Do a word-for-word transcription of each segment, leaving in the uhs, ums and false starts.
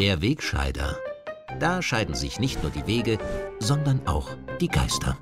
Der Wegscheider. Da scheiden sich nicht nur die Wege, sondern auch die Geister.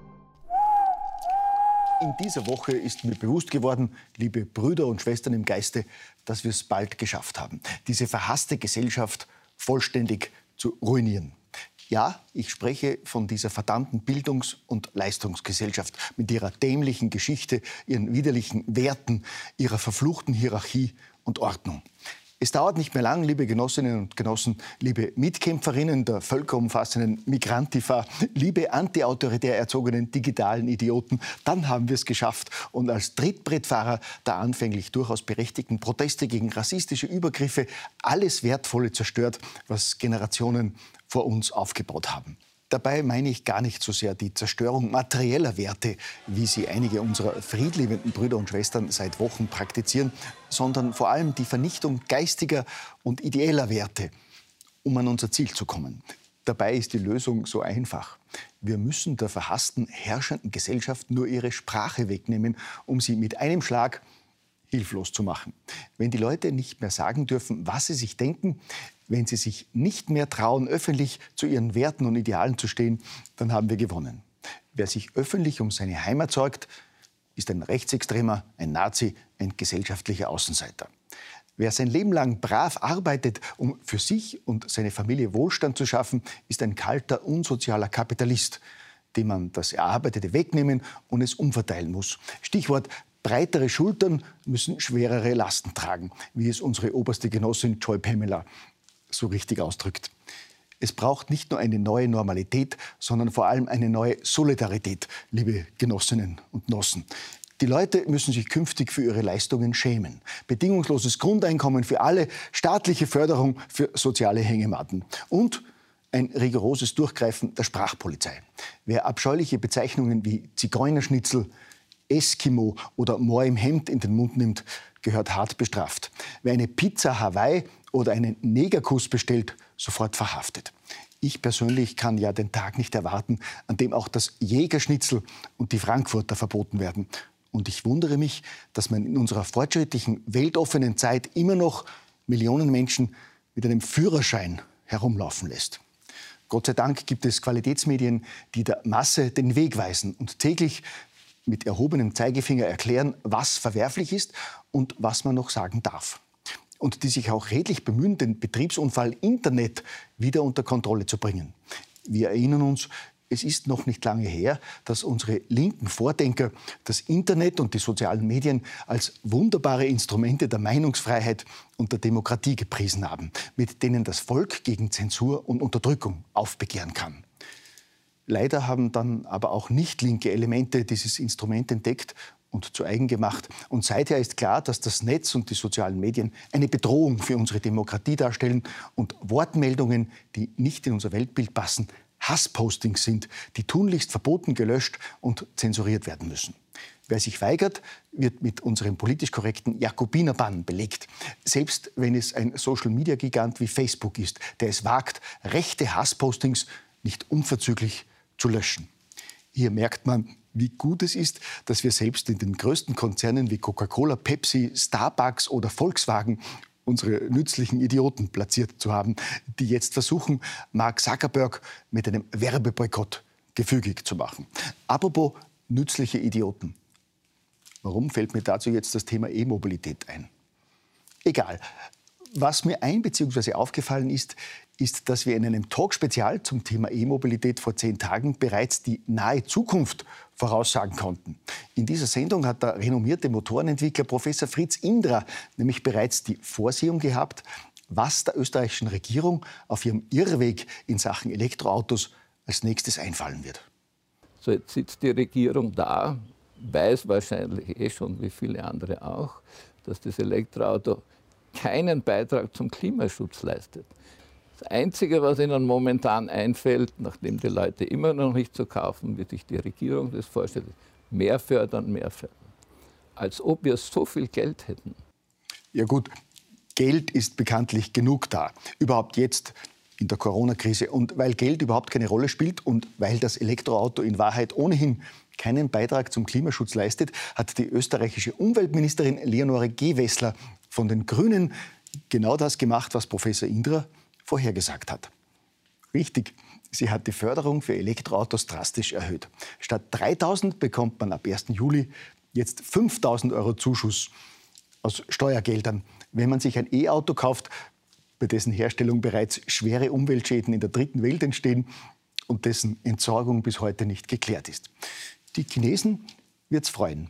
In dieser Woche ist mir bewusst geworden, liebe Brüder und Schwestern im Geiste, dass wir es bald geschafft haben, diese verhasste Gesellschaft vollständig zu ruinieren. Ja, ich spreche von dieser verdammten Bildungs- und Leistungsgesellschaft mit ihrer dämlichen Geschichte, ihren widerlichen Werten, ihrer verfluchten Hierarchie und Ordnung. Es dauert nicht mehr lang, liebe Genossinnen und Genossen, liebe Mitkämpferinnen der völkerumfassenden Migrantifa, liebe antiautoritär erzogenen digitalen Idioten, dann haben wir es geschafft und als Trittbrettfahrer der anfänglich durchaus berechtigten Proteste gegen rassistische Übergriffe alles Wertvolle zerstört, was Generationen vor uns aufgebaut haben. Dabei meine ich gar nicht so sehr die Zerstörung materieller Werte, wie sie einige unserer friedliebenden Brüder und Schwestern seit Wochen praktizieren, sondern vor allem die Vernichtung geistiger und ideeller Werte, um an unser Ziel zu kommen. Dabei ist die Lösung so einfach. Wir müssen der verhassten, herrschenden Gesellschaft nur ihre Sprache wegnehmen, um sie mit einem Schlag hilflos zu machen. Wenn die Leute nicht mehr sagen dürfen, was sie sich denken, wenn sie sich nicht mehr trauen, öffentlich zu ihren Werten und Idealen zu stehen, dann haben wir gewonnen. Wer sich öffentlich um seine Heimat sorgt, ist ein Rechtsextremer, ein Nazi, ein gesellschaftlicher Außenseiter. Wer sein Leben lang brav arbeitet, um für sich und seine Familie Wohlstand zu schaffen, ist ein kalter, unsozialer Kapitalist, dem man das Erarbeitete wegnehmen und es umverteilen muss. Stichwort: breitere Schultern müssen schwerere Lasten tragen, wie es unsere oberste Genossin Joy Pamela so richtig ausdrückt. Es braucht nicht nur eine neue Normalität, sondern vor allem eine neue Solidarität, liebe Genossinnen und Genossen. Die Leute müssen sich künftig für ihre Leistungen schämen. Bedingungsloses Grundeinkommen für alle, staatliche Förderung für soziale Hängematten und ein rigoroses Durchgreifen der Sprachpolizei. Wer abscheuliche Bezeichnungen wie Zigeunerschnitzel, Eskimo oder Moor im Hemd in den Mund nimmt, gehört hart bestraft. Wer eine Pizza Hawaii oder einen Negerkuss bestellt, sofort verhaftet. Ich persönlich kann ja den Tag nicht erwarten, an dem auch das Jägerschnitzel und die Frankfurter verboten werden. Und ich wundere mich, dass man in unserer fortschrittlichen, weltoffenen Zeit immer noch Millionen Menschen mit einem Führerschein herumlaufen lässt. Gott sei Dank gibt es Qualitätsmedien, die der Masse den Weg weisen und täglich mit erhobenem Zeigefinger erklären, was verwerflich ist und was man noch sagen darf. Und die sich auch redlich bemühen, den Betriebsunfall Internet wieder unter Kontrolle zu bringen. Wir erinnern uns, es ist noch nicht lange her, dass unsere linken Vordenker das Internet und die sozialen Medien als wunderbare Instrumente der Meinungsfreiheit und der Demokratie gepriesen haben, mit denen das Volk gegen Zensur und Unterdrückung aufbegehren kann. Leider haben dann aber auch nicht linke Elemente dieses Instrument entdeckt und zu eigen gemacht. Und seither ist klar, dass das Netz und die sozialen Medien eine Bedrohung für unsere Demokratie darstellen und Wortmeldungen, die nicht in unser Weltbild passen, Hasspostings sind, die tunlichst verboten, gelöscht und zensuriert werden müssen. Wer sich weigert, wird mit unserem politisch korrekten Jakobinerbann belegt. Selbst wenn es ein Social-Media-Gigant wie Facebook ist, der es wagt, rechte Hasspostings nicht unverzüglich zu löschen. Hier merkt man, wie gut es ist, dass wir selbst in den größten Konzernen wie Coca-Cola, Pepsi, Starbucks oder Volkswagen unsere nützlichen Idioten platziert zu haben, die jetzt versuchen, Mark Zuckerberg mit einem Werbeboykott gefügig zu machen. Apropos nützliche Idioten. Warum fällt mir dazu jetzt das Thema E-Mobilität ein? Egal. Was mir ein- bzw. aufgefallen ist, ist, dass wir in einem Talk-Spezial zum Thema E-Mobilität vor zehn Tagen bereits die nahe Zukunft voraussagen konnten. In dieser Sendung hat der renommierte Motorenentwickler Professor Fritz Indra nämlich bereits die Vorsehung gehabt, was der österreichischen Regierung auf ihrem Irrweg in Sachen Elektroautos als nächstes einfallen wird. So, jetzt sitzt die Regierung da, weiß wahrscheinlich eh schon, wie viele andere auch, dass das Elektroauto keinen Beitrag zum Klimaschutz leistet. Das Einzige, was ihnen momentan einfällt, nachdem die Leute immer noch nicht zu kaufen, wie sich die Regierung das vorstellt, mehr fördern, mehr fördern. Als ob wir so viel Geld hätten. Ja gut, Geld ist bekanntlich genug da. Überhaupt jetzt in der Corona-Krise. Und weil Geld überhaupt keine Rolle spielt und weil das Elektroauto in Wahrheit ohnehin keinen Beitrag zum Klimaschutz leistet, hat die österreichische Umweltministerin Leonore Gewessler von den Grünen genau das gemacht, was Professor Indra vorhergesagt hat. Richtig, sie hat die Förderung für Elektroautos drastisch erhöht. Statt dreitausend bekommt man ab ersten Juli jetzt fünftausend Euro Zuschuss aus Steuergeldern, wenn man sich ein E-Auto kauft, bei dessen Herstellung bereits schwere Umweltschäden in der dritten Welt entstehen und dessen Entsorgung bis heute nicht geklärt ist. Die Chinesen wird's freuen.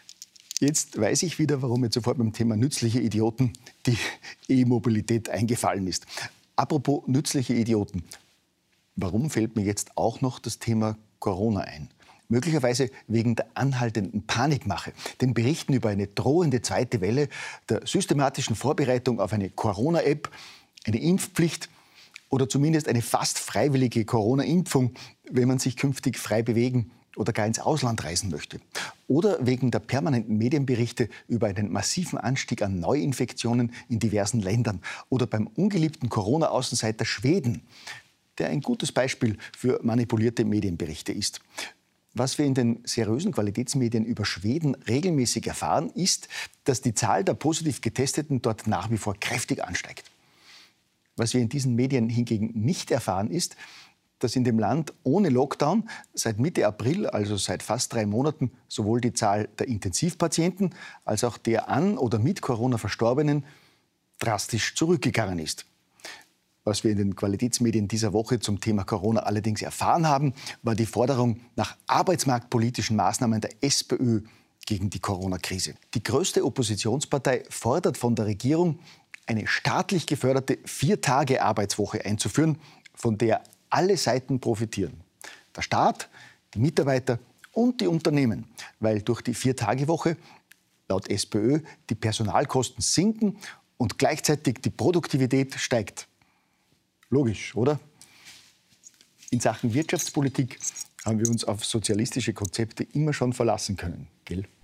Jetzt weiß ich wieder, warum jetzt sofort beim Thema nützliche Idioten die E-Mobilität eingefallen ist. Apropos nützliche Idioten. Warum fällt mir jetzt auch noch das Thema Corona ein? Möglicherweise wegen der anhaltenden Panikmache, den Berichten über eine drohende zweite Welle, der systematischen Vorbereitung auf eine Corona-App, eine Impfpflicht oder zumindest eine fast freiwillige Corona-Impfung, wenn man sich künftig frei bewegen oder gar ins Ausland reisen möchte. Oder wegen der permanenten Medienberichte über einen massiven Anstieg an Neuinfektionen in diversen Ländern. Oder beim ungeliebten Corona-Außenseiter Schweden, der ein gutes Beispiel für manipulierte Medienberichte ist. Was wir in den seriösen Qualitätsmedien über Schweden regelmäßig erfahren, ist, dass die Zahl der positiv Getesteten dort nach wie vor kräftig ansteigt. Was wir in diesen Medien hingegen nicht erfahren, ist, dass in dem Land ohne Lockdown seit Mitte April, also seit fast drei Monaten, sowohl die Zahl der Intensivpatienten als auch der an oder mit Corona Verstorbenen drastisch zurückgegangen ist. Was wir in den Qualitätsmedien dieser Woche zum Thema Corona allerdings erfahren haben, war die Forderung nach arbeitsmarktpolitischen Maßnahmen der SPÖ gegen die Corona-Krise. Die größte Oppositionspartei fordert von der Regierung, eine staatlich geförderte Vier-Tage-Arbeitswoche einzuführen, von der alle Seiten profitieren. Der Staat, die Mitarbeiter und die Unternehmen, weil durch die Vier-Tage-Woche laut SPÖ die Personalkosten sinken und gleichzeitig die Produktivität steigt. Logisch, oder? In Sachen Wirtschaftspolitik haben wir uns auf sozialistische Konzepte immer schon verlassen können, gell?